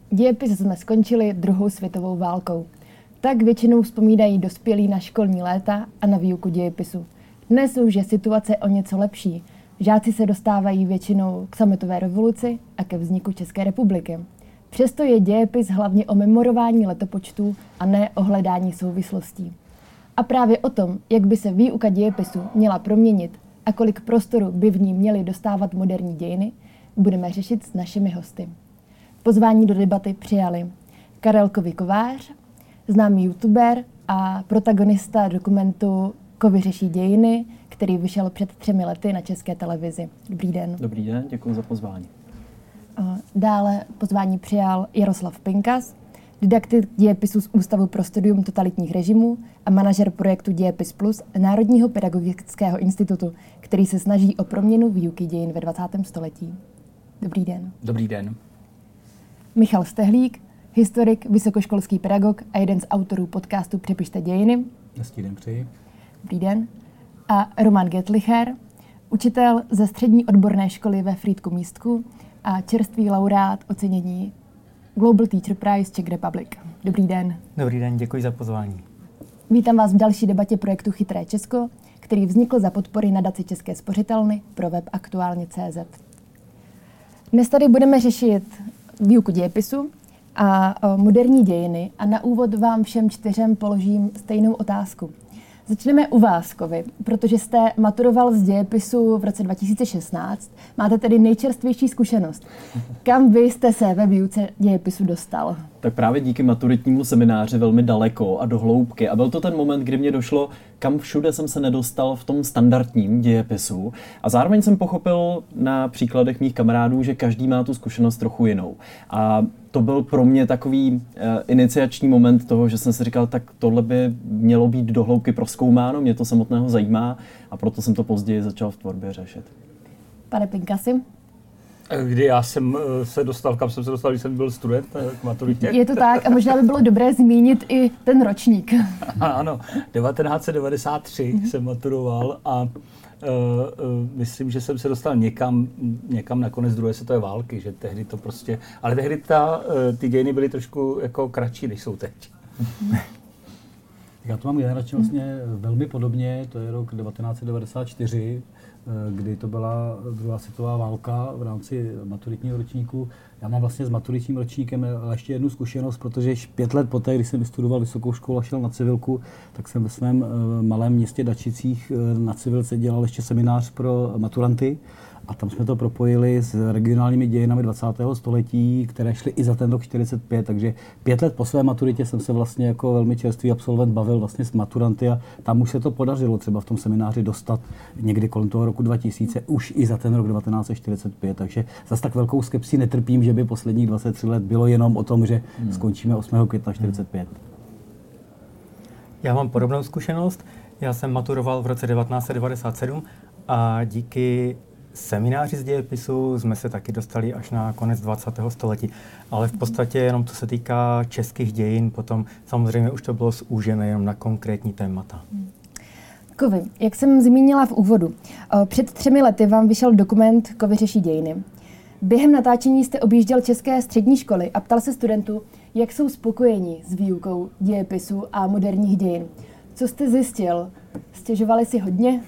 Dějepis jsme skončili druhou světovou válkou. Tak většinou vzpomínají dospělí na školní léta a na výuku dějepisu. Dnes už je situace o něco lepší. Žáci se dostávají většinou k sametové revoluci a ke vzniku České republiky. Přesto je dějepis hlavně o memorování letopočtů a ne o hledání souvislostí. A právě o tom, jak by se výuka dějepisu měla proměnit a kolik prostoru by v ní měly dostávat moderní dějiny, budeme řešit s našimi hosty. Pozvání do debaty přijali Karel Kovy-Kovář, známý youtuber a protagonista dokumentu Kovy řeší dějiny, který vyšel před 3 lety na České televizi. Dobrý den. Dobrý den, děkuji za pozvání. Dále pozvání přijal Jaroslav Pinkas, didaktik dějepisu z Ústavu pro studium totalitních režimů a manažer projektu Dějepis Plus Národního pedagogického institutu, který se snaží o proměnu výuky dějin ve 20. století. Dobrý den. Dobrý den. Michal Stehlík, historik, vysokoškolský pedagog a jeden z autorů podcastu Přepište dějiny. Hezký den přeji. Dobrý den. A Roman Getlicher, učitel ze střední odborné školy ve Frýdku-Místku a čerstvý laureát ocenění Global Teacher Prize Czech Republic. Dobrý den. Dobrý den, děkuji za pozvání. Vítám vás v další debatě projektu Chytré Česko, který vznikl za podpory nadace České spořitelny pro web Aktuálně.cz. Dnes tady budeme řešit výuku dějepisu a moderní dějiny a na úvod vám všem 4 položím stejnou otázku. Začneme u vás, Kovy, protože jste maturoval z dějepisu v roce 2016. Máte tedy nejčerstvější zkušenost. Kam vy jste se ve výuce dějepisu dostal? Tak právě díky maturitnímu semináři velmi daleko a do hloubky. A byl to ten moment, kdy mě došlo, kam všude jsem se nedostal v tom standardním dějepisu. A zároveň jsem pochopil na příkladech mých kamarádů, že každý má tu zkušenost trochu jinou. A to byl pro mě takový iniciační moment toho, že jsem si říkal, tak tohle by mělo být do hloubky prozkoumáno, mě to samotného zajímá a proto jsem to později začal v tvorbě řešit. Pane Pinkasi? Kdy já jsem se dostal, kam jsem se dostal, když jsem byl student k maturitě? Je to tak a možná by bylo dobré zmínit i ten ročník. Ano, 1993 jsem maturoval a myslím, že jsem se dostal někam na konec druhé světové války, že tehdy to prostě, ale tehdy ty dějiny byly trošku jako kratší, než jsou teď. Já to mám generačně vlastně velmi podobně, to je rok 1994, kdy to byla druhá světová válka v rámci maturitního ročníku. Já mám vlastně s maturitním ročníkem ještě jednu zkušenost, protože 5 let poté, když jsem vystudoval vysokou školu a šel na civilku, tak jsem ve svém malém městě Dačicích na civilce dělal ještě seminář pro maturanty. A tam jsme to propojili s regionálními dějinami 20. století, které šly i za ten rok 45, takže 5 let po své maturitě jsem se vlastně jako velmi čerstvý absolvent bavil vlastně s maturanty a tam už se to podařilo třeba v tom semináři dostat někdy kolem toho roku 2000, už i za ten rok 1945, takže zase tak velkou skepsí netrpím, že by posledních 23 let bylo jenom o tom, že skončíme 8. května 45. Já mám podobnou zkušenost. Já jsem maturoval v roce 1997 a díky semináři z dějepisu jsme se taky dostali až na konec 20. století. Ale v podstatě jenom co se týká českých dějin, potom samozřejmě už to bylo zúžené jenom na konkrétní témata. Kovy, jak jsem zmínila v úvodu, před 3 lety vám vyšel dokument Kovy řeší dějiny. Během natáčení jste objížděl české střední školy a ptal se studentů, jak jsou spokojeni s výukou dějepisu a moderních dějin. Co jste zjistil? Stěžovali si hodně?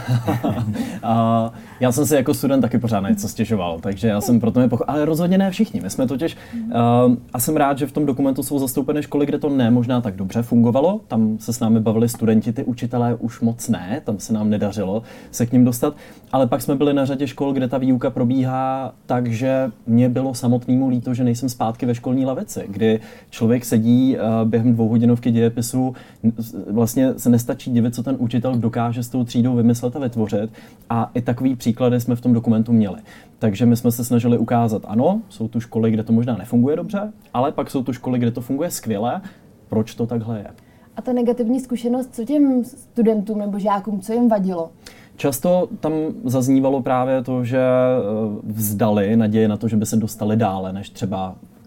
Já jsem si jako student taky pořád na něco stěžoval, takže já jsem proto ale rozhodně ne všichni. My jsme totiž, a jsem rád, že v tom dokumentu jsou zastoupené školy, kde to ne možná tak dobře fungovalo. Tam se s námi bavili studenti, ty učitelé už moc ne, tam se nám nedařilo se k nim dostat. Ale pak jsme byli na řadě škol, kde ta výuka probíhá tak, že mě bylo samotnému líto, že nejsem zpátky ve školní lavici, kdy člověk sedí během 2hodinovky dějepisu, vlastně se nestačí divit, co ten učitel dokáže s tou třídou vymyslet a vytvořit. A i takový příklady jsme v tom dokumentu měli. Takže my jsme se snažili ukázat, ano, jsou tu školy, kde to možná nefunguje dobře, ale pak jsou tu školy, kde to funguje skvěle. Proč to takhle je? A ta negativní zkušenost, co těm studentům nebo žákům, co jim vadilo? Často tam zaznívalo právě to, že vzdali naděje na to, že by se dostali dále, než třeba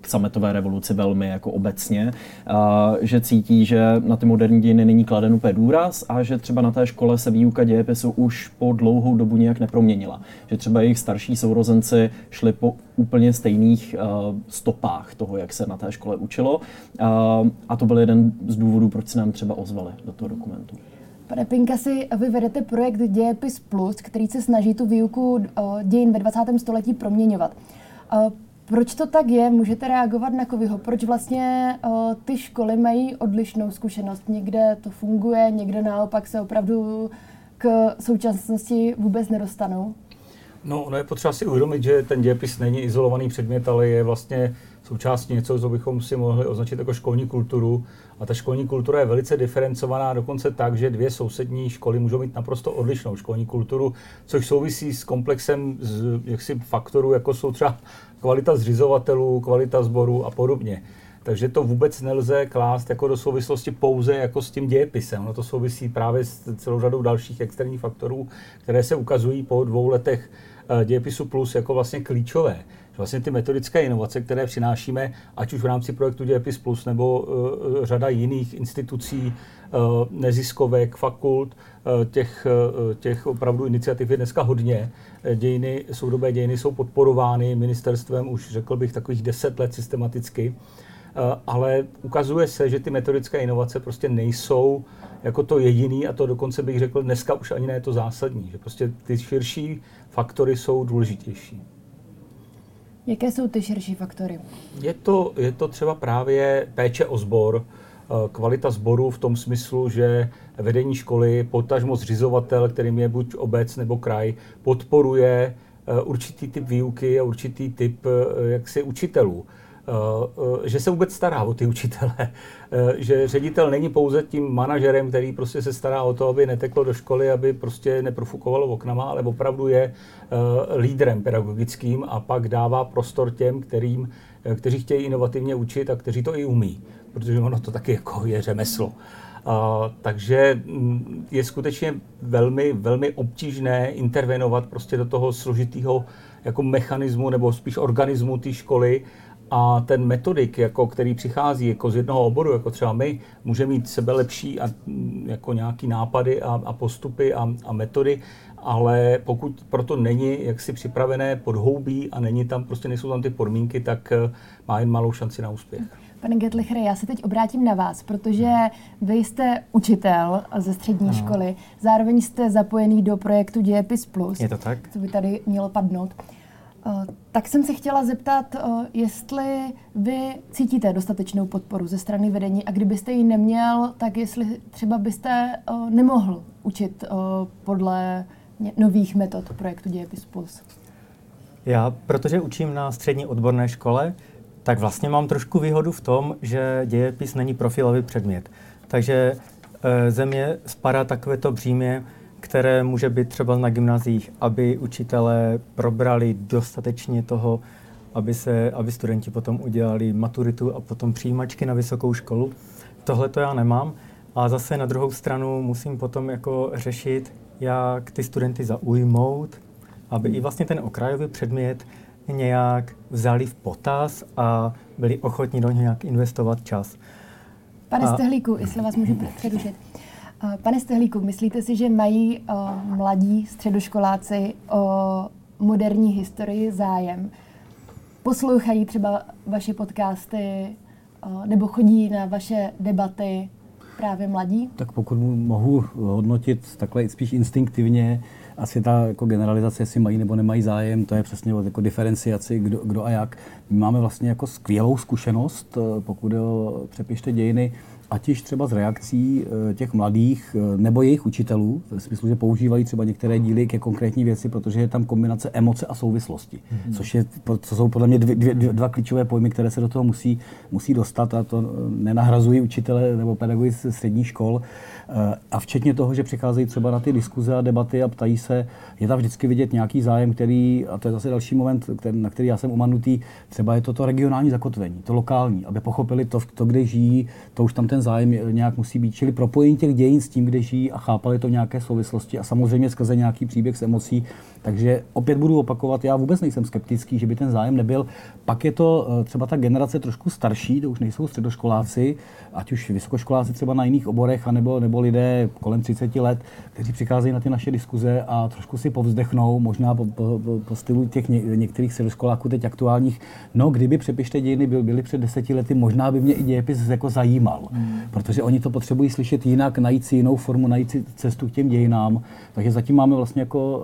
k sametové revoluci velmi jako obecně, že cítí, že na ty moderní dějiny není kladen úplně důraz a že třeba na té škole se výuka dějepisu už po dlouhou dobu nějak neproměnila. Že třeba jejich starší sourozenci šli po úplně stejných stopách toho, jak se na té škole učilo. A to byl jeden z důvodů, proč se nám třeba ozvali do toho dokumentu. Pane Pinkasi, vy vedete projekt Dějepis Plus, který se snaží tu výuku dějin ve 20. století proměňovat. Proč to tak je? Můžete reagovat na Kovyho? Proč vlastně ty školy mají odlišnou zkušenost? Někde to funguje, někde naopak se opravdu k současnosti vůbec nedostanou? No, ono je potřeba si uvědomit, že ten dějepis není izolovaný předmět, ale je vlastně součástí něco, co bychom si mohli označit jako školní kulturu. A ta školní kultura je velice diferencovaná, dokonce tak, že dvě sousední školy můžou mít naprosto odlišnou školní kulturu, což souvisí s komplexem faktorů, jako jsou třeba kvalita zřizovatelů, kvalita sborů a podobně. Takže to vůbec nelze klást jako do souvislosti pouze jako s tím dějepisem. Ono to souvisí právě s celou řadou dalších externích faktorů, které se ukazují po 2 letech Dějepisu Plus jako vlastně klíčové. Vlastně ty metodické inovace, které přinášíme, ať už v rámci projektu Dějepis Plus nebo řada jiných institucí, neziskovek, fakult, těch opravdu iniciativ je dneska hodně. Soudobé dějiny jsou podporovány ministerstvem už řekl bych takových 10 let systematicky. Ale ukazuje se, že ty metodické inovace prostě nejsou jako to jediný a to dokonce bych řekl dneska už ani ne to zásadní, že prostě ty širší faktory jsou důležitější. Jaké jsou ty širší faktory? Je to třeba právě péče o sbor, kvalita sboru v tom smyslu, že vedení školy, potažmo zřizovatel, kterým je buď obec nebo kraj, podporuje určitý typ výuky a určitý typ učitelů. Že se vůbec stará o ty učitele, že ředitel není pouze tím manažerem, který prostě se stará o to, aby neteklo do školy, aby prostě neprofukovalo oknama, ale opravdu je lídrem pedagogickým a pak dává prostor těm, kteří chtějí inovativně učit a kteří to i umí, protože ono to taky jako je řemeslo. Takže je skutečně velmi, velmi obtížné intervenovat prostě do toho složitého jako mechanismu nebo spíš organismu té školy. A ten metodik, který přichází jako z jednoho oboru, jako třeba my, může mít sebelepší a jako nějaký nápady a postupy a metody, ale pokud proto není jaksi připravené podhoubí a nejsou tam ty podmínky, tak má jen malou šanci na úspěch. Pane Gettlichere, já se teď obrátím na vás, protože vy jste učitel ze střední školy, zároveň jste zapojený do projektu Dějepis Plus. Je to tak? Co by tady mělo padnout. Tak jsem se chtěla zeptat, jestli vy cítíte dostatečnou podporu ze strany vedení a kdybyste ji neměl, tak jestli třeba byste nemohl učit podle nových metod projektu Dějepis Plus. Já, protože učím na střední odborné škole, tak vlastně mám trošku výhodu v tom, že dějepis není profilový předmět. Takže ze mě spadá takovéto břímě, které může být třeba na gymnáziích, aby učitelé probrali dostatečně toho, aby studenti potom udělali maturitu a potom přijímačky na vysokou školu. Tohle to já nemám. A zase na druhou stranu musím potom jako řešit, jak ty studenty zaujmout, aby i vlastně ten okrajový předmět nějak vzali v potaz a byli ochotní do něj nějak investovat čas. Pane Stehlíku, jestli vás můžu přerušit. Pane Stehlíku, myslíte si, že mají mladí středoškoláci o moderní historii zájem? Poslouchají třeba vaše podcasty nebo chodí na vaše debaty právě mladí? Tak pokud mohu hodnotit takhle spíš instinktivně, asi ta jako generalizace, jestli mají nebo nemají zájem, to je přesně jako diferenciaci, kdo a jak. My máme vlastně jako skvělou zkušenost, pokud přepište dějiny, ať již třeba z reakcí těch mladých nebo jejich učitelů, v smyslu, že používají třeba některé díly ke konkrétní věci, protože je tam kombinace emoce a souvislosti, co jsou podle mě dva klíčové pojmy, které se do toho musí dostat a to nenahrazují učitele nebo pedagogy ze středních škol. A včetně toho, že přicházejí třeba na ty diskuze a debaty a ptají se, je tam vždycky vidět nějaký zájem, který, a to je zase další moment, na který já jsem umanutý, třeba je to regionální zakotvení, to lokální, aby pochopili to kde žijí, to už tam ten ten zájem nějak musí být. Čili propojení těch dějin s tím, kde žijí a chápali to v nějaké souvislosti a samozřejmě skrze nějaký příběh s emocí. Takže opět budu opakovat, já vůbec nejsem skeptický, že by ten zájem nebyl. Pak je to třeba ta generace trošku starší, to už nejsou středoškoláci, ať už vysokoškoláci třeba na jiných oborech, nebo lidé kolem 30 let, kteří přicházejí na ty naše diskuze a trošku si povzdechnou, možná po stylu těch některých středoškoláků teď aktuálních. No, kdyby Přepište dějiny byly před 10 lety, možná by mě i dějepis jako zajímal, protože oni to potřebují slyšet jinak, najít si jinou formu, najít si cestu k těm dějinám. Takže zatím máme vlastně jako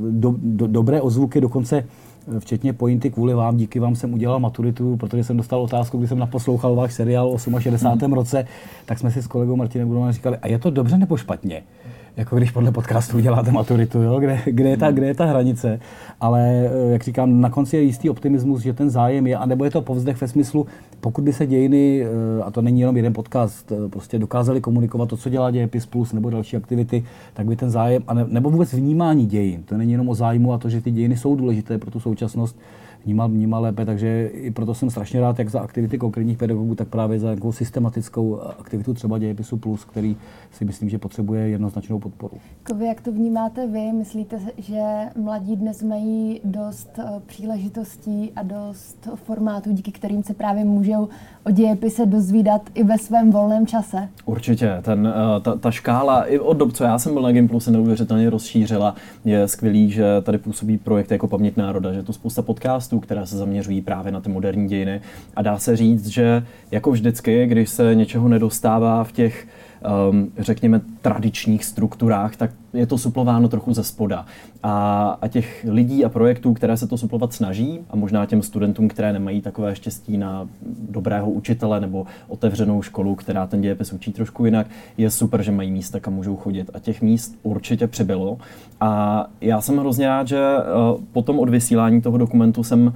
dobré ozvuky, dokonce včetně pointy kvůli vám, díky vám jsem udělal maturitu, protože jsem dostal otázku, když jsem naposlouchal váš seriál o 68. roce, tak jsme si s kolegou Martinem Budou říkali, a je to dobře nebo špatně? Jako když podle podcastu uděláte maturitu, jo? Kde je ta hranice. Ale jak říkám, na konci je jistý optimismus, že ten zájem je, anebo je to povzdech ve smyslu, pokud by se dějiny, a to není jenom jeden podcast, prostě dokázali komunikovat to, co dělá Dějepis Plus nebo další aktivity, tak by ten zájem, nebo vůbec vnímání dějin, to není jenom o zájmu a to, že ty dějiny jsou důležité pro tu současnost, vnímal lépe, takže i proto jsem strašně rád, jak za aktivity konkrétních pedagogů, tak právě za nějakou systematickou aktivitu třeba Dějepisu Plus, který si myslím, že potřebuje jednoznačnou podporu. Vy, jak to vnímáte vy? Myslíte, že mladí dnes mají dost příležitostí a dost formátů, díky kterým se právě můžou o dějepise dozvídat i ve svém volném čase? Určitě. Ta škála i od dob, co já jsem byl na Gimplu, se neuvěřitelně rozšířila. Je skvělý, že tady působí projekt jako Paměť národa, že je to spousta podcastů, které se zaměřují právě na ty moderní dějiny. A dá se říct, že jako vždycky, když se něčeho nedostává v těch řekněme, tradičních strukturách, tak je to suplováno trochu ze spoda. A těch lidí a projektů, které se to suplovat snaží, a možná těm studentům, které nemají takové štěstí na dobrého učitele nebo otevřenou školu, která ten dějepis učí trošku jinak, je super, že mají místa, kam můžou chodit. A těch míst určitě přibylo. A já jsem hrozně rád, že potom od vysílání toho dokumentu jsem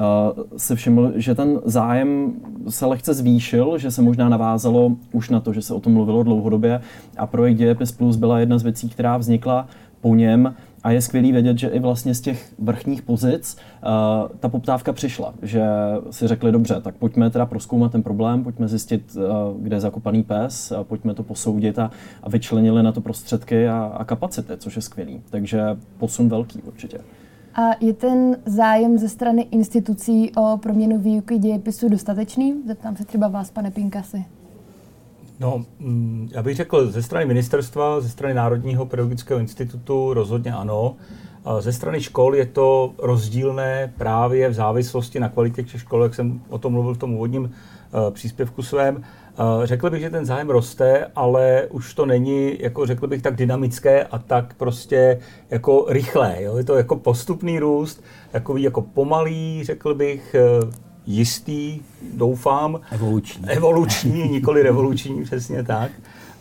se všiml, že ten zájem se lehce zvýšil, že se možná navázalo už na to, že se o tom mluvilo dlouhodobě a projekt Dějepis Plus byla jedna z věcí, která vznikla po něm a je skvělý vědět, že i vlastně z těch vrchních pozic ta poptávka přišla, že si řekli dobře, tak pojďme teda prozkoumat ten problém, pojďme zjistit, kde je zakopaný pes, pojďme to posoudit a vyčlenili na to prostředky a kapacity, což je skvělý. Takže posun velký určitě. A je ten zájem ze strany institucí o proměnu výuky dějepisu dostatečný? Zeptám se třeba vás, pane Pinkasi. No, já bych řekl, ze strany ministerstva, ze strany Národního pedagogického institutu rozhodně ano. Ze strany škol je to rozdílné právě v závislosti na kvalitě těch škol, jak jsem o tom mluvil v tom úvodním příspěvku svém. Řekl bych, že ten zájem roste, ale už to není, jako řekl bych, tak dynamické a tak prostě jako rychlé. Jo? Je to jako postupný růst, takový jako pomalý, řekl bych, jistý, doufám. Evoluční, nikoli revoluční, přesně tak.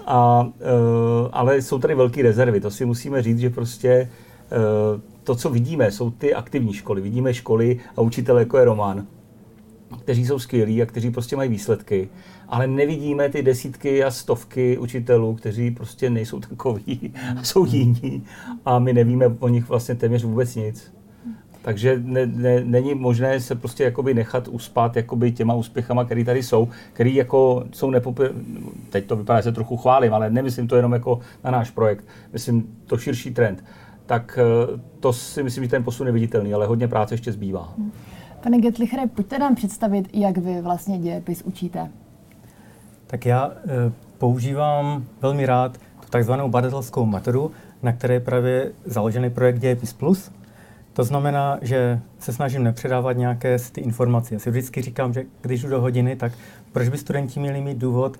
Ale jsou tady velké rezervy, to si musíme říct, že prostě to, co vidíme, jsou ty aktivní školy. Vidíme školy a učitele, jako je Roman, kteří jsou skvělí a kteří prostě mají výsledky, ale nevidíme ty desítky a stovky učitelů, kteří prostě nejsou takoví a jsou jiní a my nevíme o nich vlastně téměř vůbec nic. Takže není možné se prostě jakoby nechat uspat jakoby těma úspěchama, které tady jsou, které jako jsou teď to vypadá, že se trochu chválím, ale nemyslím to jenom jako na náš projekt, myslím to širší trend. Tak to si myslím, že ten posun je viditelný, ale hodně práce ještě zbývá. Pane Getlichere, pojďte nám představit, jak vy vlastně dějepis učíte. Tak já používám velmi rád tu takzvanou badatelskou metodu, na které je právě založený projekt Dějepis Plus. To znamená, že se snažím nepředávat nějaké ty informace. Já si vždycky říkám, že když jdu do hodiny, tak proč by studenti měli mít důvod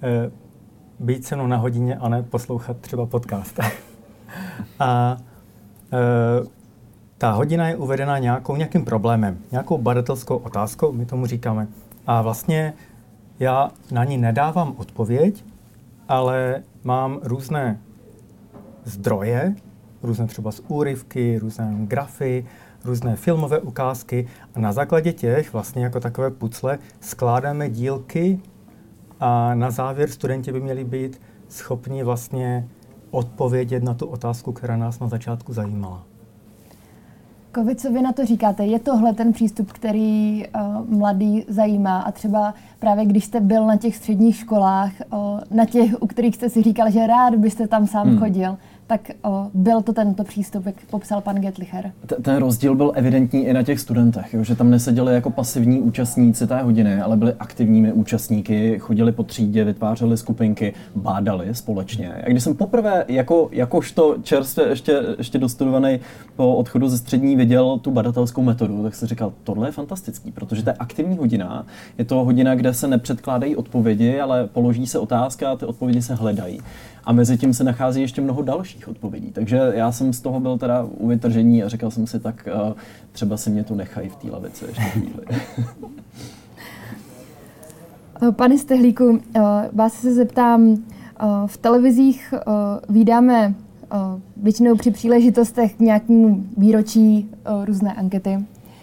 být se mnou na hodině a ne poslouchat třeba podcast. A ta hodina je uvedena nějakým problémem, nějakou badatelskou otázkou, my tomu říkáme. A vlastně já na ní nedávám odpověď, ale mám různé zdroje, různé třeba z úryvky, různé grafy, různé filmové ukázky a na základě těch vlastně jako takové pucle skládáme dílky a na závěr studenti by měli být schopni vlastně odpovědět na tu otázku, která nás na začátku zajímala. Co vy na to říkáte? Je tohle ten přístup, který mladý zajímá a třeba právě když jste byl na těch středních školách, na těch, u kterých jste si říkal, že rád byste tam sám chodil, tak byl to tento přístup, jak popsal pan Getlicher? Ten rozdíl byl evidentní i na těch studentech, jo, že tam neseděli jako pasivní účastníci té hodiny, ale byli aktivními účastníky, chodili po třídě, vytvářeli skupinky, bádali společně. A když jsem poprvé jakožto čerstvě ještě dostudovaný po odchodu ze střední viděl tu badatelskou metodu, tak jsem říkal, tohle je fantastický, protože to je aktivní hodina, je to hodina, kde se nepředkládají odpovědi, ale položí se otázka a ty odpovědi se hledají. A mezi tím se nachází ještě mnoho dalších odpovědí. Takže já jsem z toho byl teda u vytržení a říkal jsem si, tak třeba si mě tu nechají v té lavici ještě chvíli. Pane Stehlíku, vás se zeptám, v televizích vídáme většinou při příležitostech k nějakému výročí různé ankety.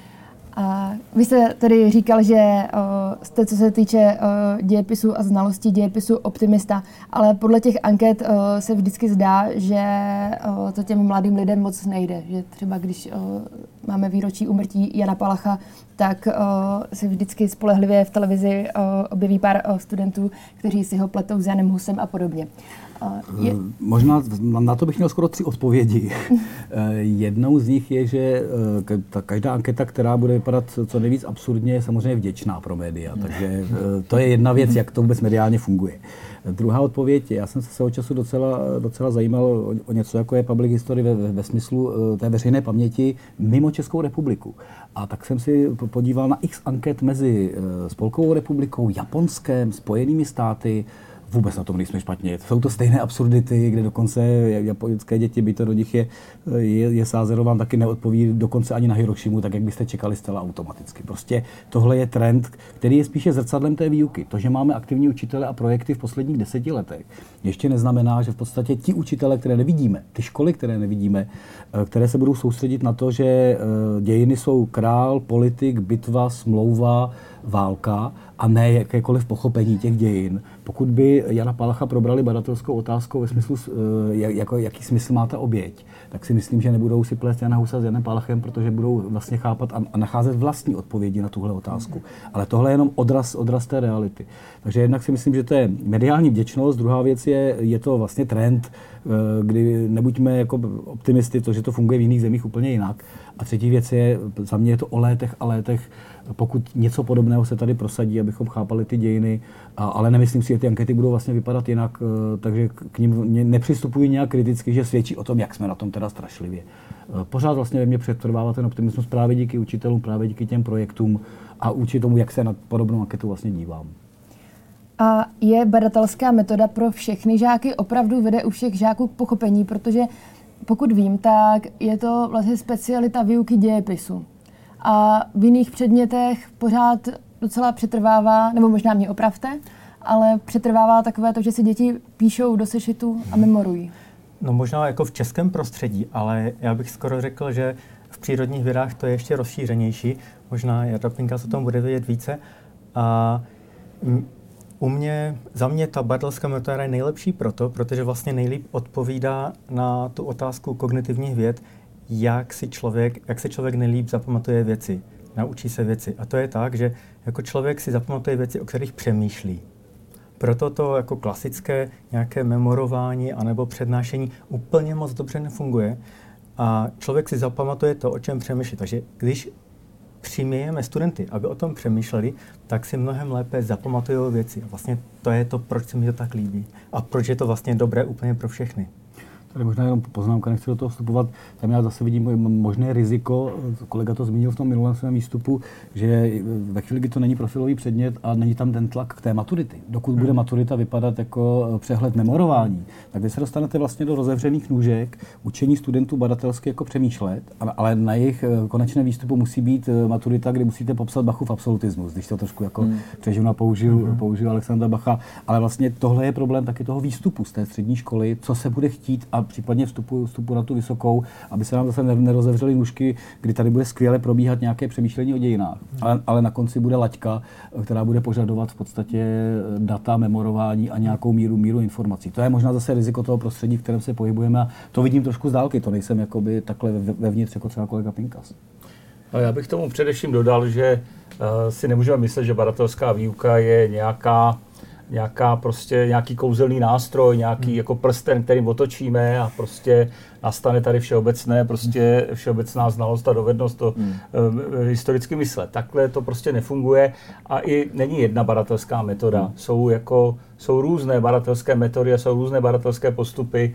A vy jste tedy říkal, že jste, co se týče dějepisu a znalosti dějepisu, optimista, ale podle těch anket se vždycky zdá, že to těm mladým lidem moc nejde. Že třeba když máme výročí úmrtí Jana Palacha, tak se vždycky spolehlivě v televizi objeví pár studentů, kteří si ho pletou s Janem Husem a podobně. Možná na to bych měl skoro 3 odpovědi. Jednou z nich je, že každá anketa, která bude vypadat co nejvíc absurdně, je samozřejmě vděčná pro média. Takže to je jedna věc, jak to vůbec mediálně funguje. Druhá odpověď, já jsem se svého času docela zajímal o něco, jako je public history ve smyslu té veřejné paměti mimo Českou republiku. A tak jsem si podíval na x anket mezi Spolkovou republikou, Japonskem, Spojenými státy. Vůbec na tom nejsme špatně. Jsou to stejné absurdity, kde dokonce japonské děti, by to do nich je sázeno, vám taky neodpoví dokonce ani na Hirošimu, tak jak byste čekali zcela automaticky. Prostě tohle je trend, který je spíše zrcadlem té výuky. To, že máme aktivní učitele a projekty v posledních 10 letech, ještě neznamená, že v podstatě ti učitele, které nevidíme, ty školy, které nevidíme, které se budou soustředit na to, že dějiny jsou král, politik, bitva, smlouva, válka a ne jakékoliv pochopení těch dějin. Pokud by Jana Palacha probrali badatelskou otázkou ve smyslu, jaký smysl má ta oběť, tak si myslím, že nebudou si plést Jana Husa s Janem Palachem, protože budou vlastně chápat a nacházet vlastní odpovědi na tuhle otázku. Ale tohle je jenom odraz té reality. Takže jednak si myslím, že to je mediální vděčnost, druhá věc je to vlastně trend, kdy nebuďme jako optimisty, to, že to funguje v jiných zemích úplně jinak. A třetí věc je, za mě je to o létech a létech, pokud něco podobného se tady prosadí, abychom chápali ty dějiny, ale nemyslím si, že ty ankety budou vlastně vypadat jinak, takže k nim nepřistupuji nějak kriticky, že svědčí o tom, jak jsme na tom teda strašlivě. Pořád vlastně ve mně přetrvává ten optimismus právě díky učitelům, právě díky těm projektům a vůči tomu, jak se na podobnou anketu vlastně dívám. A je badatelská metoda pro všechny žáky, opravdu vede u všech žáků k pochopení, protože pokud vím, tak je to vlastně specialita výuky dějepisu. A v jiných předmětech pořád docela přetrvává, nebo možná mě opravte, ale přetrvává takové to, že si děti píšou do sešitu a memorují. No možná jako v českém prostředí, ale já bych skoro řekl, že v přírodních vědách to je ještě rozšířenější. Možná Jarda Pinkas o tom bude vědět více. A za mě ta badatelská metoda je nejlepší protože vlastně nejlíp odpovídá na tu otázku kognitivních věd, jak se člověk nejlíp zapamatuje věci, naučí se věci. A to je tak, že jako člověk si zapamatuje věci, o kterých přemýšlí. Proto to jako klasické nějaké memorování anebo přednášení úplně moc dobře nefunguje. A člověk si zapamatuje to, o čem přemýšlí. Takže když přimějeme studenty, aby o tom přemýšleli, tak si mnohem lépe zapamatují věci. A vlastně to je to, proč se mi to tak líbí. A proč je to vlastně dobré úplně pro všechny. Tady možná jenom poznámka, nechci do toho vstupovat. Tam já zase vidím možné riziko, kolega to zmínil v tom minulém svém výstupu, že ve chvíli, kdy to není profilový předmět a není tam ten tlak k té maturity. Dokud bude maturita vypadat jako přehled memorování, tak vy se dostanete vlastně do rozevřených nůžek učení studentů badatelsky jako přemýšlet, ale na jejich konečném výstupu musí být maturita, kdy musíte popsat Bachův absolutismus, když to trošku jako přežiju a použiju Alexandra Bacha. Ale vlastně tohle je problém taky toho výstupu z té střední školy, co se bude chtít a a případně vstupu na tu vysokou, aby se nám zase nerozevřely nůžky, kdy tady bude skvěle probíhat nějaké přemýšlení o dějinách. Ale na konci bude laťka, která bude požadovat v podstatě data, memorování a nějakou míru informací. To je možná zase riziko toho prostředí, v kterém se pohybujeme a to vidím trošku z dálky, to nejsem jakoby takhle vevnitř jako třeba kolega Pinkas. No, já bych tomu především dodal, že si nemůžeme myslet, že badatelská výuka je nějaký kouzelný nástroj, nějaký jako prsten, kterým otočíme a prostě nastane tady všeobecná znalost a dovednost to historicky myslet. Takhle to prostě nefunguje a i není jedna badatelská metoda. Jsou různé badatelské metody a jsou různé badatelské postupy.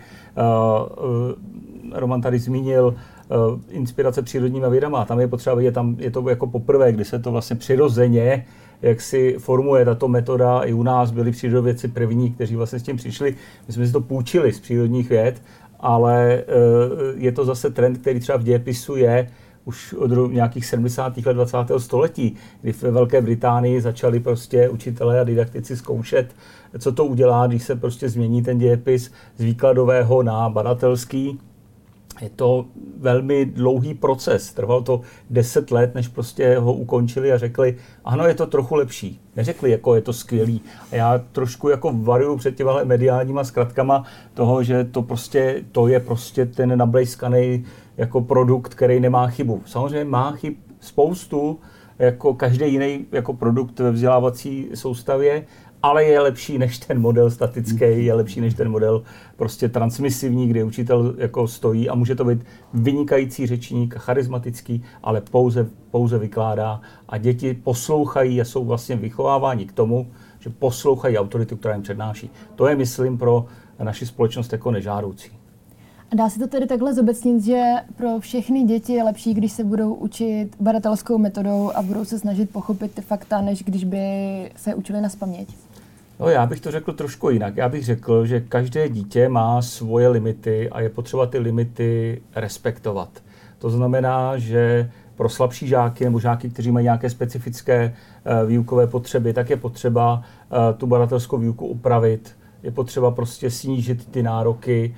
Roman tady zmínil inspirace přírodníma vědama. Tam je potřeba vidět, tam je to jako poprvé, kdy se to vlastně přirozeně jak si formuje tato metoda. I u nás byli přírodovědci první, kteří vlastně s tím přišli. My jsme si to půjčili z přírodních věd, ale je to zase trend, který třeba v dějepisu je už od nějakých 70. let 20. století, kdy ve Velké Británii začali prostě učitelé a didaktici zkoušet, co to udělá, když se prostě změní ten dějepis z výkladového na badatelský. Je to velmi dlouhý proces, trvalo to 10 let, než prostě ho ukončili a řekli, ano, je to trochu lepší. Neřekli, jako je to skvělý. A já trošku jako varuju před těmihle mediálníma zkratkama toho, že to je prostě ten nablejskaný jako produkt, který nemá chybu. Samozřejmě má chyb spoustu, jako každý jiný jako produkt ve vzdělávací soustavě, ale je lepší než ten model statický, je lepší než ten model prostě transmisivní, kde učitel jako stojí a může to být vynikající řečník, charismatický, ale pouze vykládá a děti poslouchají a jsou vlastně vychováváni k tomu, že poslouchají autoritu, která jim přednáší. To je, myslím, pro naši společnost jako nežádoucí. A dá se to tedy takhle zobecnit, že pro všechny děti je lepší, když se budou učit badatelskou metodou a budou se snažit pochopit ty fakta, než když by se učili nazpaměť? No, já bych to řekl trošku jinak. Já bych řekl, že každé dítě má svoje limity a je potřeba ty limity respektovat. To znamená, že pro slabší žáky nebo žáky, kteří mají nějaké specifické výukové potřeby, tak je potřeba tu badatelskou výuku upravit. Je potřeba prostě snížit ty nároky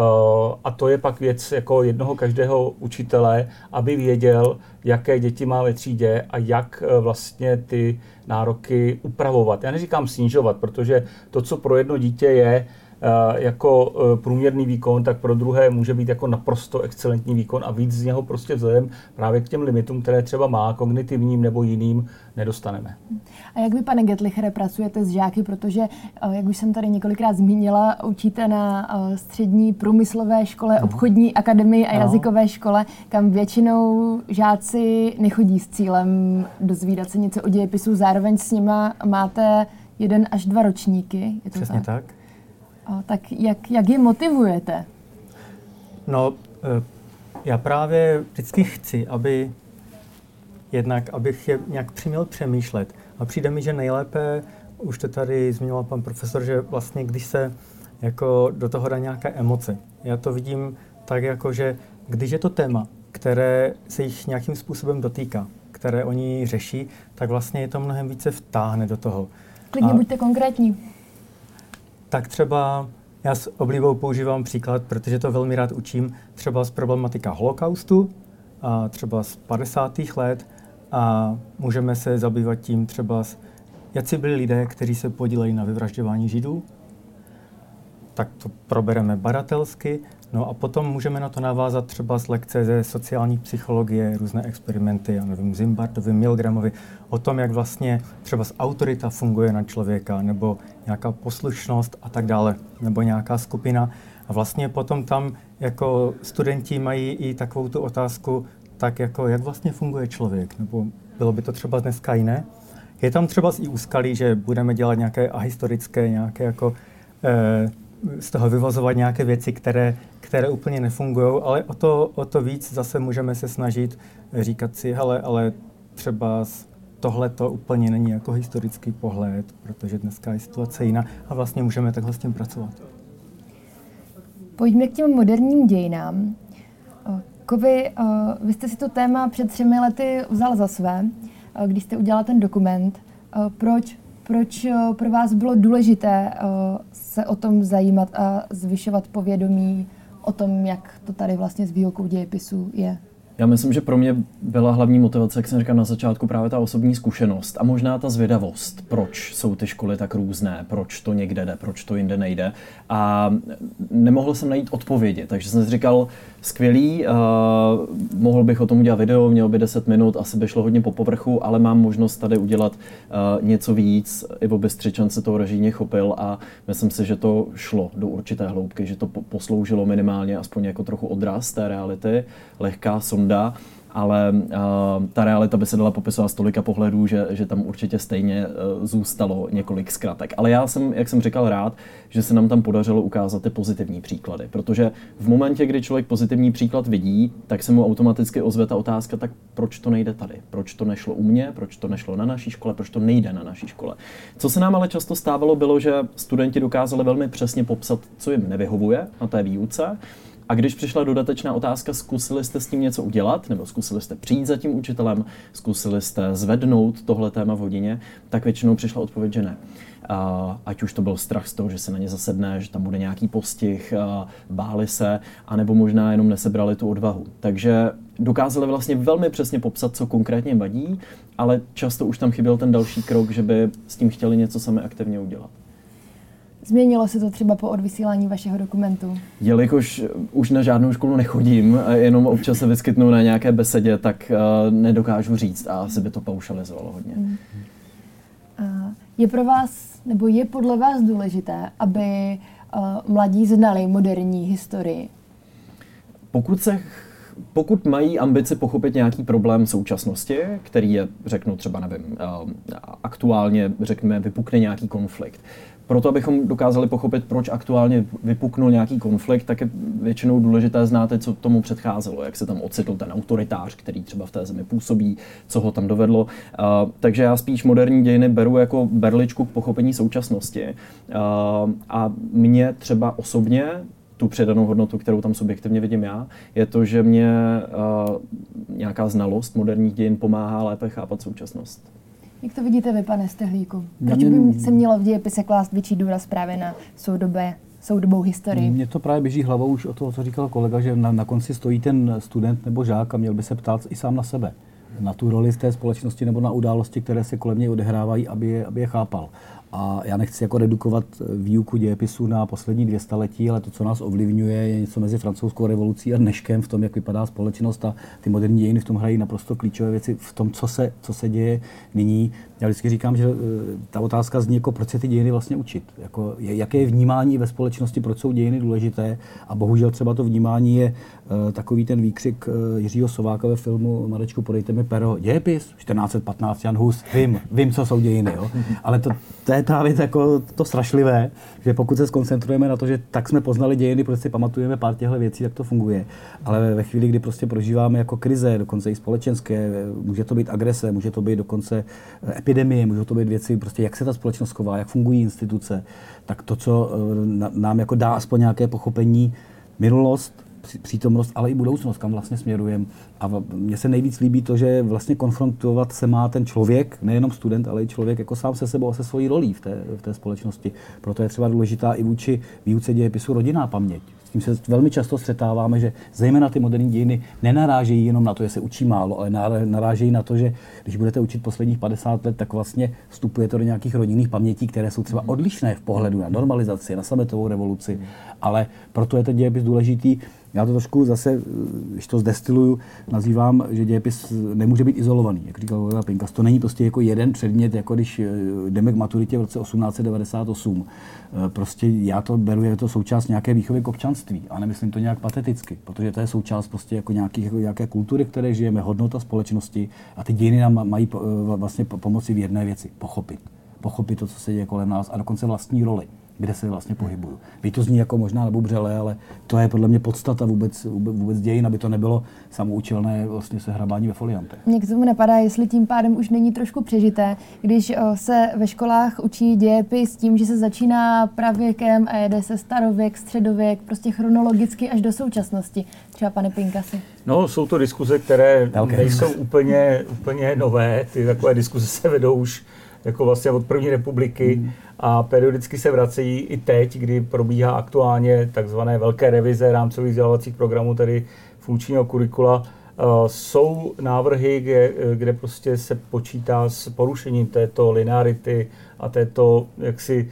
a to je pak věc jako jednoho každého učitele, aby věděl, jaké děti má ve třídě a jak vlastně ty nároky upravovat. Já neříkám snižovat, protože to, co pro jedno dítě je jako průměrný výkon, tak pro druhé může být jako naprosto excelentní výkon a víc z něho prostě vzhledem právě k těm limitům, které třeba má, kognitivním nebo jiným, nedostaneme. A jak vy, pane Gettlichere, pracujete s žáky, protože, jak už jsem tady několikrát zmínila, učíte na střední průmyslové škole, obchodní akademii a jazykové škole, kam většinou žáci nechodí s cílem dozvídat se něco o dějepisu, zároveň s nima máte 1 až 2 ročníky. Je to Přesně tak. Tak jak je motivujete? No, já právě vždycky chci, abych je nějak přiměl přemýšlet. A přijde mi, že nejlépe, už to tady zmiňoval pan profesor, že vlastně když se jako do toho dá nějaké emoce. Já to vidím tak jako, že když je to téma, které se jich nějakým způsobem dotýká, které oni řeší, tak vlastně je to mnohem více vtáhne do toho. Klidně buďte konkrétní. Tak třeba já s oblibou používám příklad, protože to velmi rád učím, třeba z problematika holokaustu, a třeba z 50. let a můžeme se zabývat tím třeba, jací byli lidé, kteří se podílejí na vyvražďování Židů, tak to probereme badatelsky, no a potom můžeme na to navázat třeba z lekce ze sociální psychologie, různé experimenty, já nevím, Zimbardovi, Milgramovi, o tom, jak vlastně třeba autorita funguje na člověka, nebo nějaká poslušnost a tak dále, nebo nějaká skupina. A vlastně potom tam jako studenti mají i takovou tu otázku, tak jako jak vlastně funguje člověk, nebo bylo by to třeba dneska jiné. Je tam třeba i úskalí, že budeme dělat nějaké ahistorické, nějaké jako z toho vyvozovat nějaké věci, které úplně nefungují, ale o to víc zase můžeme se snažit říkat si, hele, ale třeba tohle to úplně není jako historický pohled, protože dneska je situace jiná a vlastně můžeme takhle s tím pracovat. Pojďme k těm moderním dějinám. Kovy, vy jste si to téma před 3 lety vzal za své, když jste udělal ten dokument. Proč pro vás bylo důležité se o tom zajímat a zvyšovat povědomí o tom, jak to tady vlastně s výukou dějepisu je? Já myslím, že pro mě byla hlavní motivace, jak jsem říkal na začátku, právě ta osobní zkušenost a možná ta zvědavost, proč jsou ty školy tak různé, proč to někde jde, proč to jinde nejde. A nemohl jsem najít odpovědi, takže jsem si říkal, skvělý, mohl bych o tom udělat video, mělo by 10 minut, asi by šlo hodně po povrchu, ale mám možnost tady udělat něco víc. Ivo Bystřičan se toho režijně chopil a myslím si, že to šlo do určité hloubky, že to posloužilo minimálně aspoň jako trochu odraz té reality, lehká sonda, ale ta realita by se dala popisovat z tolika pohledů, že tam určitě stejně zůstalo několik zkratek. Ale já jsem, jak jsem říkal, rád, že se nám tam podařilo ukázat ty pozitivní příklady, protože v momentě, kdy člověk pozitivní příklad vidí, tak se mu automaticky ozve ta otázka, tak proč to nejde tady? Proč to nešlo u mě? Proč to nešlo na naší škole? Proč to nejde na naší škole? Co se nám ale často stávalo, bylo, že studenti dokázali velmi přesně popsat, co jim nevyhovuje na té výuce. A když přišla dodatečná otázka, zkusili jste s tím něco udělat, nebo zkusili jste přijít za tím učitelem, zkusili jste zvednout tohle téma v hodině, tak většinou přišla odpověď, že ne. Ať už to byl strach z toho, že se na ně zasedne, že tam bude nějaký postih, báli se, anebo možná jenom nesebrali tu odvahu. Takže dokázali vlastně velmi přesně popsat, co konkrétně vadí, ale často už tam chyběl ten další krok, že by s tím chtěli něco sami aktivně udělat. Změnilo se to třeba po odvysílání vašeho dokumentu? Jelikož už na žádnou školu nechodím, jenom občas se vyskytnou na nějaké besedě, tak nedokážu říct a asi by to paušalizovalo hodně. Je pro vás, nebo je podle vás důležité, aby mladí znali moderní historii? Pokud mají ambici pochopit nějaký problém současnosti, který je, řeknu třeba, nevím, aktuálně, řekněme, vypukne nějaký konflikt. Proto, abychom dokázali pochopit, proč aktuálně vypuknul nějaký konflikt, tak je většinou důležité znát, co tomu předcházelo, jak se tam ocitl ten autoritář, který třeba v té zemi působí, co ho tam dovedlo. Takže já spíš moderní dějiny beru jako berličku k pochopení současnosti. A mě třeba osobně tu přidanou hodnotu, kterou tam subjektivně vidím já, je to, že mě nějaká znalost moderních dějin pomáhá lépe chápat současnost. Jak to vidíte vy, pane Stehlíku? Proč by se mělo v dějepise klást větší důraz právě na soudobou historii? Mně to právě běží hlavou už o toho, co říkal kolega, že na konci stojí ten student nebo žák a měl by se ptát i sám na sebe. Na tu roli v té společnosti nebo na události, které se kolem něj odehrávají, aby je chápal. A já nechci jako redukovat výuku dějepisu na poslední 200 letí, ale to, co nás ovlivňuje, je něco mezi francouzskou revolucí a dneškem v tom, jak vypadá společnost, a ty moderní dějiny v tom hrají naprosto klíčové věci v tom, co se děje nyní. Já vždycky říkám, že ta otázka zní, jako proč se ty dějiny vlastně učit. Jako, jaké je vnímání ve společnosti, proč jsou dějiny důležité, a bohužel třeba to vnímání je takový ten výkřik Jiřího Sováka ve filmu Marečku, podejte mi pero, dějepis, 1415 Jan Hus, vím, co jsou dějiny. Jo? Ale to je právě jako to strašlivé, že pokud se skoncentrujeme na to, že tak jsme poznali dějiny, protože si pamatujeme pár těchto věcí, tak to funguje. Ale ve chvíli, kdy prostě prožíváme jako krize, dokonce i společenské, může to být agrese, může to být dokonce epidemie, můžou to být věci, prostě jak se ta společnost chová, jak fungují instituce, tak to, co nám jako dá aspoň nějaké pochopení, minulost, přítomnost, ale i budoucnost, kam vlastně směrujeme. A mně se nejvíc líbí to, že vlastně konfrontovat se má ten člověk, nejenom student, ale i člověk jako sám se sebou a se svojí rolí v té společnosti. Proto je třeba důležitá i vůči výuce dějepisu rodinná paměť. S tím se velmi často střetáváme, že zejména ty moderní dějiny nenarážejí jenom na to, že se učí málo, ale narážejí na to, že když budete učit posledních 50 let, tak vlastně vstupujete do nějakých rodinných pamětí, které jsou třeba odlišné v pohledu na normalizaci, na sametovou revoluci, ale proto je ten dějepis důležitý. Já to trošku zase, když to zdestiluju, nazývám, že dějepis nemůže být izolovaný. Jak říkal kolega Pinkas, to není prostě jako jeden předmět, jako když jdeme k maturitě v roce 1898. Prostě já to beru, je to součást nějaké výchovy k občanství a nemyslím to nějak pateticky, protože to je součást prostě jako nějaké kultury, které žijeme, hodnota společnosti, a ty dějiny nám mají vlastně pomoci v jedné věci, pochopit to, co se děje kolem nás, a dokonce vlastní roli, kde se vlastně pohybuju. Víš, to zní jako možná nebubřele, ale to je podle mě podstata vůbec dějin, aby to nebylo samoučelné vlastně sehrabání ve foliantech. Mně k tomu napadá, jestli tím pádem už není trošku přežité, když se ve školách učí dějepis tím, že se začíná pravěkem a jede se starověk, středověk, prostě chronologicky až do současnosti. Třeba pane Pinkasi. No, jsou to diskuze, které nejsou úplně nové. Ty takové diskuze se vedou už jako vlastně od první republiky a periodicky se vracejí i teď, kdy probíhá aktuálně takzvané velké revize rámcových vzdělávacích programů, tedy funkčního kurikula. Jsou návrhy, kde prostě se počítá s porušením této linearity a této jaksi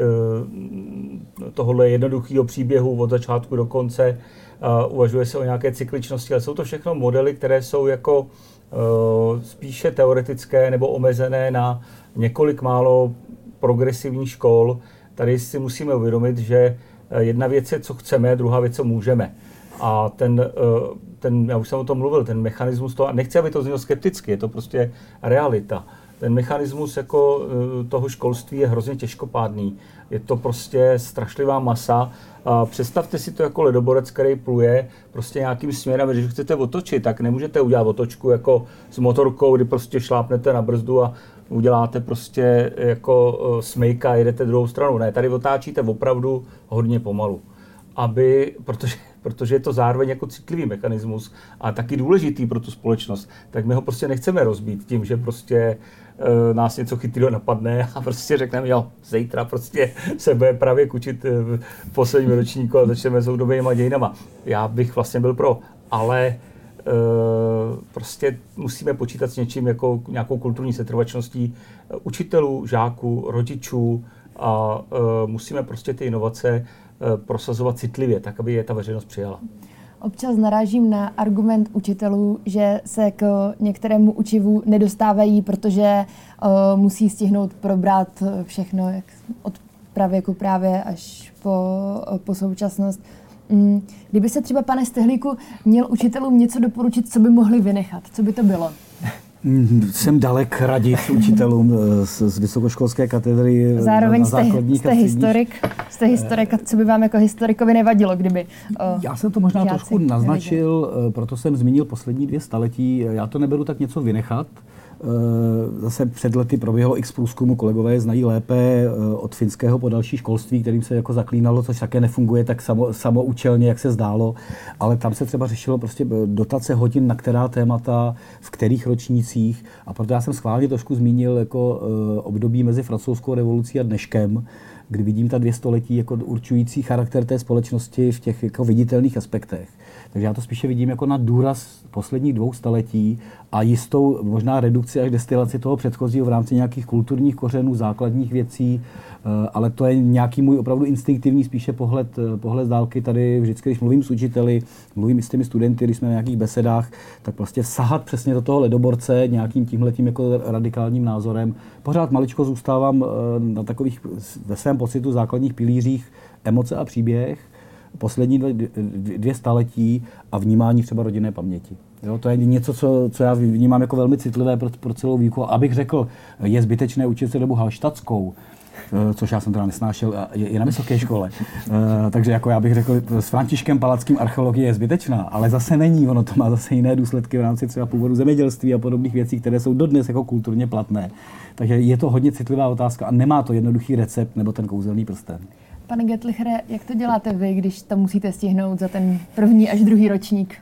tohohle jednoduchého příběhu od začátku do konce. Uvažuje se o nějaké cykličnosti, ale jsou to všechno modely, které jsou jako spíše teoretické nebo omezené na několik málo progresivních škol. Tady si musíme uvědomit, že jedna věc je, co chceme, druhá věc, co můžeme. A já už jsem o tom mluvil, ten mechanismus toho, a nechci, aby to znělo skepticky, je to prostě realita. Ten mechanismus jako toho školství je hrozně těžkopádný. Je to prostě strašlivá masa. A představte si to jako ledoborec, který pluje prostě nějakým směrem, když chcete otočit, tak nemůžete udělat otočku jako s motorkou, kdy prostě šlápnete na brzdu a uděláte prostě jako smyk a jedete druhou stranu. Ne, tady otáčíte opravdu hodně pomalu. Protože je to zároveň jako citlivý mechanismus a taky důležitý pro tu společnost, tak my ho prostě nechceme rozbít tím, že prostě nás něco chytrého napadne a prostě řekneme, jo, zítra prostě se bude právě učit v posledním ročníku a začneme s soudobýma dějinama. Já bych vlastně byl pro, ale prostě musíme počítat s něčím jako nějakou kulturní setrvačností učitelů, žáků, rodičů a musíme prostě ty inovace prosazovat citlivě, tak aby je ta veřejnost přijala. Občas narážím na argument učitelů, že se k některému učivu nedostávají, protože musí stihnout probrat všechno od pravěku právě až po současnost. Kdyby se třeba, pane Stehlíku, měl učitelům něco doporučit, co by mohli vynechat, co by to bylo? Jsem dalek radit učitelům z vysokoškolské katedry. Zároveň jste historik, a co by vám jako historikovi nevadilo, kdyby Já jsem to možná trošku naznačil, proto jsem zmínil poslední 2 staletí. Já to neberu tak něco vynechat. Zase před lety proběhlo x průzkumu, kolegové znají lépe od finského po další školství, kterým se jako zaklínalo, což také nefunguje tak samoučelně, jak se zdálo, ale tam se třeba řešilo prostě dotace hodin na která témata, v kterých ročnících, a proto já jsem schválně trošku zmínil jako období mezi francouzskou revolucí a dneškem, kdy vidím ta 2 století jako určující charakter té společnosti v těch jako viditelných aspektech. Takže já to spíše vidím jako na důraz posledních 2 století a jistou možná redukci až destilaci toho předchozího v rámci nějakých kulturních kořenů, základních věcí, ale to je nějaký můj opravdu instinktivní spíše pohled z dálky. Tady vždycky, když mluvím s učiteli, mluvím i s těmi studenty, když jsme na nějakých besedách, tak prostě sahat přesně do toho ledoborce nějakým tímhletím jako radikálním názorem. Pořád maličko zůstávám na takových ve svém pocitu základních pilířích emoce a příběh, poslední 2 staletí a vnímání třeba rodinné paměti. Jo, to je něco, co já vnímám jako velmi citlivé pro celou výuku. Abych řekl, je zbytečné učit se dobu halštatskou, což já jsem teda nesnášel i na vysoké škole. Takže jako já bych řekl, s Františkem Palackým archeologie je zbytečná, ale zase není. Ono to má zase jiné důsledky v rámci třeba původu zemědělství a podobných věcí, které jsou dodnes jako kulturně platné. Takže je to hodně citlivá otázka a nemá to jednoduchý recept nebo ten kouzelný prsten. Pane Gettlichere, jak to děláte vy, když to musíte stihnout za ten 1. až 2. ročník?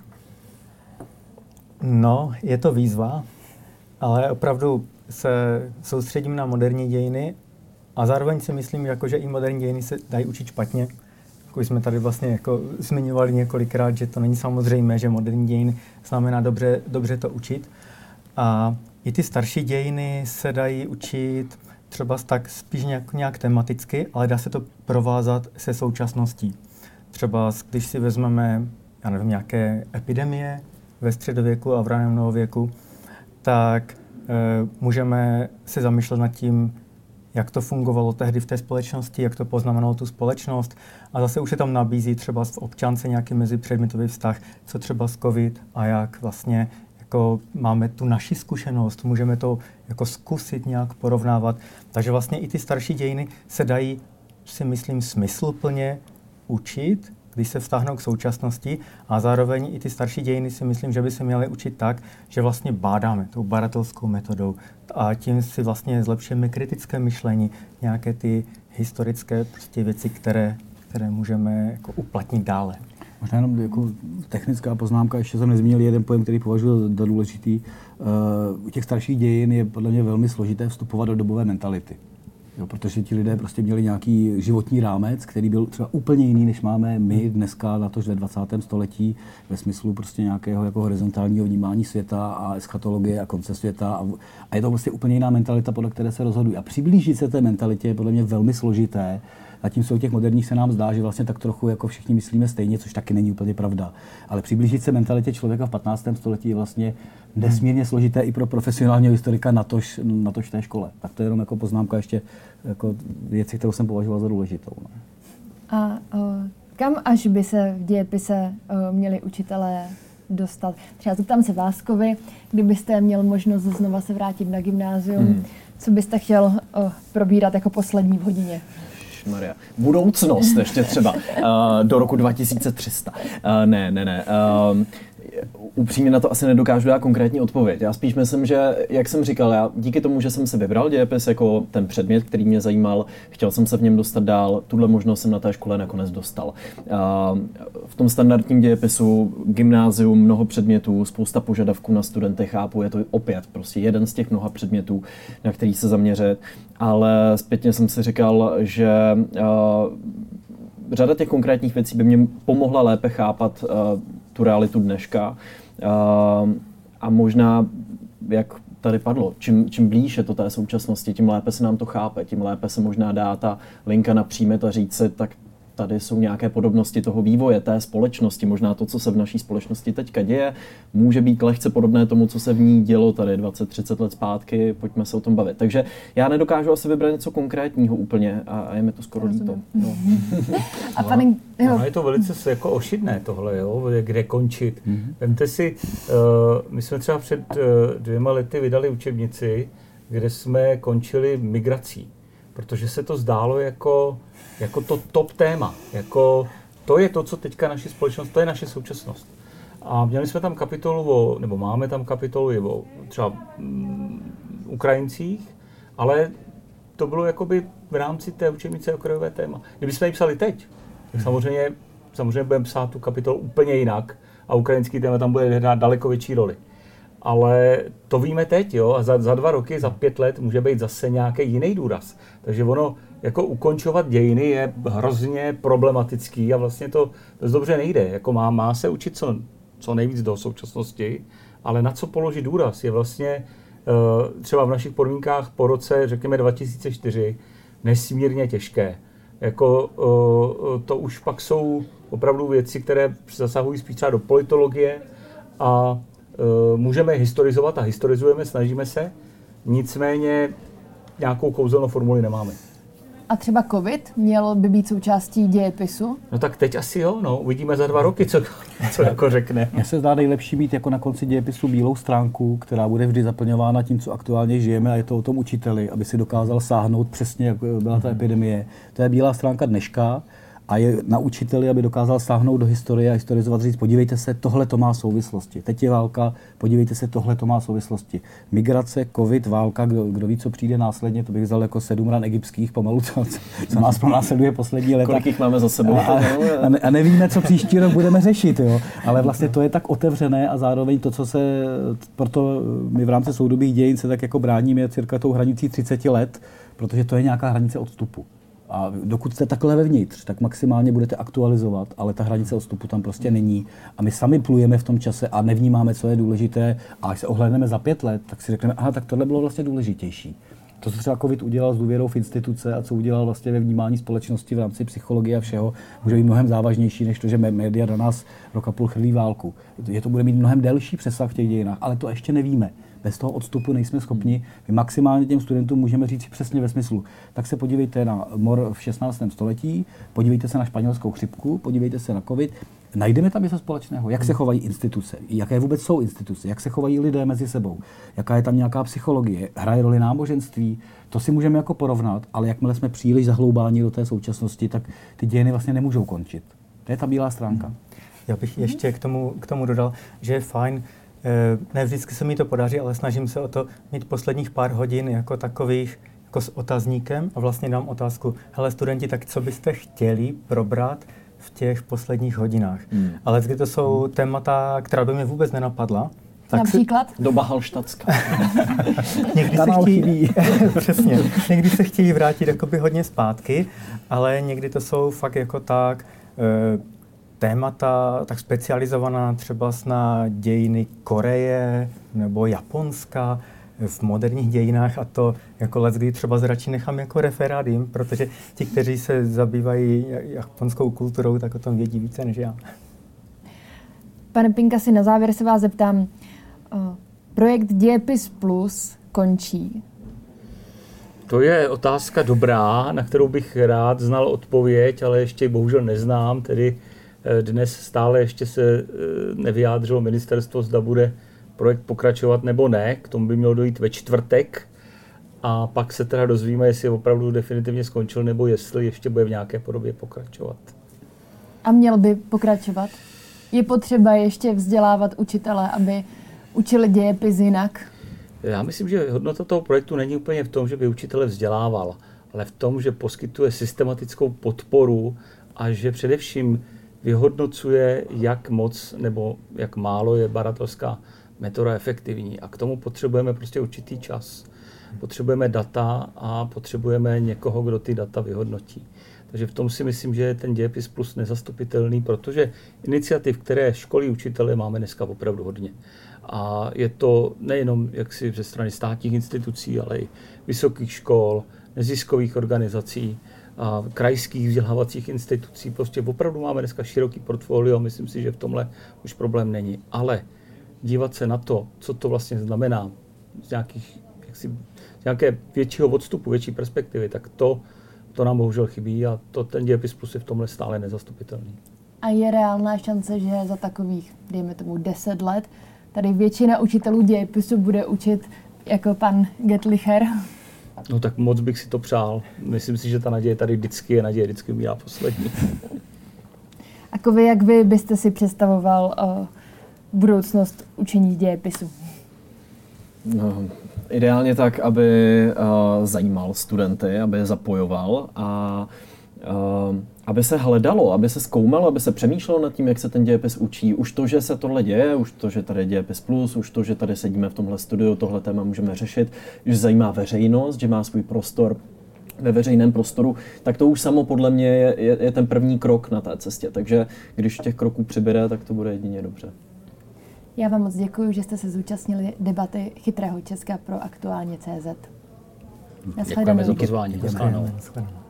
No, je to výzva, ale opravdu se soustředím na moderní dějiny a zároveň si myslím, jako, že i moderní dějiny se dají učit špatně. Jako jsme tady vlastně jako zmiňovali několikrát, že to není samozřejmé, že moderní dějiny znamená dobře to učit. A i ty starší dějiny se dají učit třeba tak spíš nějak tematicky, ale dá se to provázat se současností. Třeba když si vezmeme, já nevím, nějaké epidemie ve středověku a v raném novověku, tak můžeme se zamýšlet nad tím, jak to fungovalo tehdy v té společnosti, jak to poznamenalo tu společnost. A zase už se tam nabízí třeba v občance nějaký mezipředmětový vztah, co třeba s COVID a jak vlastně jako máme tu naši zkušenost, můžeme to jako zkusit nějak porovnávat. Takže vlastně i ty starší dějiny se dají, si myslím, smysluplně učit, když se vztáhnou k současnosti, a zároveň i ty starší dějiny si myslím, že by se měly učit tak, že vlastně bádáme tou badatelskou metodou a tím si vlastně zlepšíme kritické myšlení, nějaké ty historické prostě věci, které můžeme jako uplatnit dále. Možná jenom jako technická poznámka, ještě jsem nezmínil jeden pojem, který považuji za důležitý. U těch starších dějin je podle mě velmi složité vstupovat do dobové mentality. Jo, protože ti lidé prostě měli nějaký životní rámec, který byl třeba úplně jiný, než máme my dneska, natož ve 20. století, ve smyslu prostě nějakého jako horizontálního vnímání světa a eschatologie a konce světa. A je to prostě úplně jiná mentalita, podle které se rozhodují. A přiblížit se té mentalitě je podle mě velmi složité. Zatímco u těch moderních se nám zdá, že vlastně tak trochu jako všichni myslíme stejně, což taky není úplně pravda. Ale přiblížit se mentalitě člověka v 15. století je vlastně nesmírně složité i pro profesionálního historika natož té škole. Tak to je jenom jako poznámka ještě jako věci, kterou jsem považoval za důležitou. No. A kam až by se v dějepise měli učitelé dostat? Třeba zeptám se Váskovi, kdybyste měl možnost znova se vrátit na gymnázium, co byste chtěl probírat jako poslední v hodině? Maria. Budoucnost ještě třeba do roku 2300. Ne. Upřímně na to asi nedokážu dát konkrétní odpověď. Já spíš myslím, že, jak jsem říkal, já díky tomu, že jsem se vybral dějepis jako ten předmět, který mě zajímal, chtěl jsem se v něm dostat dál, tuhle možnost jsem na té škole nakonec dostal. V tom standardním dějepisu gymnázium, mnoho předmětů, spousta požadavků na studenty, chápu, je to opět prostě jeden z těch mnoha předmětů, na který se zaměřit, ale zpětně jsem si říkal, že řada těch konkrétních věcí by mě pomohla lépe chápat tu realitu dneška a možná, jak tady padlo, čím blíž je to té současnosti, tím lépe se nám to chápe, tím lépe se možná dá ta linka napřímit a říct si, tak tady jsou nějaké podobnosti toho vývoje, té společnosti, možná to, co se v naší společnosti teďka děje, může být lehce podobné tomu, co se v ní dělo tady 20-30 let zpátky, pojďme se o tom bavit. Takže já nedokážu asi vybrat něco konkrétního úplně a je mi to skoro líto. No. A pane, je to velice jako ošidné tohle, jo, kde končit. Vemte si, my jsme třeba před 2 lety vydali učebnici, kde jsme končili migrací, protože se to zdálo jako to top téma, jako to je to, co teďka naše společnost, to je naše současnost. A měli jsme tam kapitolu nebo máme tam kapitolu o třeba Ukrajincích, ale to bylo jakoby v rámci té učebnice okrajové téma. Kdybychom ji psali teď, tak samozřejmě budeme psát tu kapitolu úplně jinak a ukrajinský téma tam bude hrát daleko větší roli. Ale to víme teď, jo, a za 2 roky, za 5 let může být zase nějaký jiný důraz. Takže ono, jako ukončovat dějiny je hrozně problematický a vlastně to dost dobře nejde. Jako má se učit co nejvíc do současnosti, ale na co položit důraz je vlastně třeba v našich podmínkách po roce, řekněme 2004, nesmírně těžké. Jako to už pak jsou opravdu věci, které zasahují spíš třeba do politologie a můžeme historizovat a historizujeme, snažíme se, nicméně nějakou kouzelnou formuli nemáme. A třeba covid měl by být součástí dějepisu? No tak teď asi jo, no, uvidíme za 2 roky, co jako řekne. Mně se zdá nejlepší mít jako na konci dějepisu bílou stránku, která bude vždy zaplňována tím, co aktuálně žijeme, a je to o tom učiteli, aby si dokázal sáhnout přesně, jak byla ta epidemie. To je bílá stránka dneška a je na učiteli, aby dokázal sáhnout do historie a historizovat, říct, podívejte se, tohle to má souvislosti. Teď je válka, podívejte se, tohle to má souvislosti. Migrace, covid, válka, kdo ví, co přijde následně, to bych vzal jako 7 ran egyptských pomalu, co nás pronásleduje poslední léta. Kolik jich máme za sebou? A nevíme, co příští rok budeme řešit, jo. Ale vlastně to je tak otevřené a zároveň to, co se, proto my v rámci soudobých dějin se tak jako bráníme cirka tou hranicí 30 let, protože to je nějaká hranice odstupu. A dokud jste takhle vevnitř, tak maximálně budete aktualizovat, ale ta hranice odstupu tam prostě není. A my sami plujeme v tom čase a nevnímáme, co je důležité. A až se ohlédneme za 5 let, tak si řekneme, aha, tak tohle bylo vlastně důležitější. To, co třeba covid udělal s důvěrou v instituce a co udělal vlastně ve vnímání společnosti v rámci psychologie a všeho, může být mnohem závažnější, než to, že média na nás 1,5 roku chrlí válku. To bude mít mnohem delší přesah v těch dějinách, ale to ještě nevíme. Bez toho odstupu nejsme schopni. My maximálně těm studentům můžeme říct přesně ve smyslu. Tak se podívejte na mor v 16. století, podívejte se na španělskou chřipku, podívejte se na covid. Najdeme tam něco společného. Jak se chovají instituce? Jaké vůbec jsou instituce? Jak se chovají lidé mezi sebou? Jaká je tam nějaká psychologie? Hraje roli náboženství? To si můžeme jako porovnat, ale jakmile jsme příliš zahloubáni do té současnosti, tak ty dějiny vlastně nemůžou končit. To je ta bílá stránka. Já bych ještě k tomu dodal, že je fajn, ne vždycky se mi to podaří, ale snažím se o to mít posledních pár hodin jako takových, jako s otazníkem a vlastně dám otázku, hele studenti, tak co byste chtěli probrat v těch posledních hodinách. Ale kdy to jsou témata, která by mě vůbec nenapadla. Například? Doba halštatská. Někdy se chtějí, přesně, někdy se chtějí vrátit jakoby hodně zpátky, ale někdy to jsou fakt jako tak témata tak specializovaná třeba na dějiny Koreje nebo Japonska v moderních dějinách, a to jako leckdy třeba radši nechám jako referádim, protože ti, kteří se zabývají japonskou kulturou, tak o tom vědí více než já. Pane Pinkasi, na závěr se vás zeptám, projekt Dějepis Plus končí. To je otázka dobrá, na kterou bych rád znal odpověď, ale ještě bohužel neznám. Tedy dnes stále ještě se nevyjádřilo ministerstvo, zda bude projekt pokračovat nebo ne. K tomu by mělo dojít ve čtvrtek. A pak se teda dozvíme, jestli opravdu definitivně skončil, nebo jestli ještě bude v nějaké podobě pokračovat. A měl by pokračovat? Je potřeba ještě vzdělávat učitele, aby učili dějepis jinak? Já myslím, že hodnota toho projektu není úplně v tom, že by učitele vzdělával, ale v tom, že poskytuje systematickou podporu a že především vyhodnocuje, jak moc nebo jak málo je baratelská metoda efektivní. A k tomu potřebujeme prostě určitý čas. Potřebujeme data a potřebujeme někoho, kdo ty data vyhodnotí. Takže v tom si myslím, že je ten Dějepis Plus nezastupitelný, protože iniciativ, které školí učitele, máme dneska opravdu hodně. A je to nejenom jaksi ze strany státních institucí, ale i vysokých škol, neziskových organizací, a krajských vzdělávacích institucí. Prostě opravdu máme dneska široký portfolio a myslím si, že v tomhle už problém není. Ale dívat se na to, co to vlastně znamená z nějaké většího odstupu, větší perspektivy, tak to nám bohužel chybí a ten Dějepis Plus je v tomhle stále nezastupitelný. A je reálná šance, že za takových, dejme tomu 10 let, tady většina učitelů dějepisu bude učit jako pan Getlicher? No tak moc bych si to přál. Myslím si, že ta naděje tady vždycky je, naděje vždycky umírá poslední. A jak vy byste si představoval budoucnost učení dějepisu? No, ideálně tak, aby zajímal studenty, aby je zapojoval a aby se hledalo, aby se zkoumalo, aby se přemýšlelo nad tím, jak se ten dějepis učí. Už to, že se tohle děje, už to, že tady je Dějepis Plus, už to, že tady sedíme v tomhle studiu, tohle téma můžeme řešit, že zajímá veřejnost, že má svůj prostor ve veřejném prostoru, tak to už samo podle mě je ten první krok na té cestě. Takže když těch kroků přibude, tak to bude jedině dobře. Já vám moc děkuji, že jste se zúčastnili debaty Chytrého Česka pro Aktuálně.cz. Děkujeme za pozvání. Děkujeme.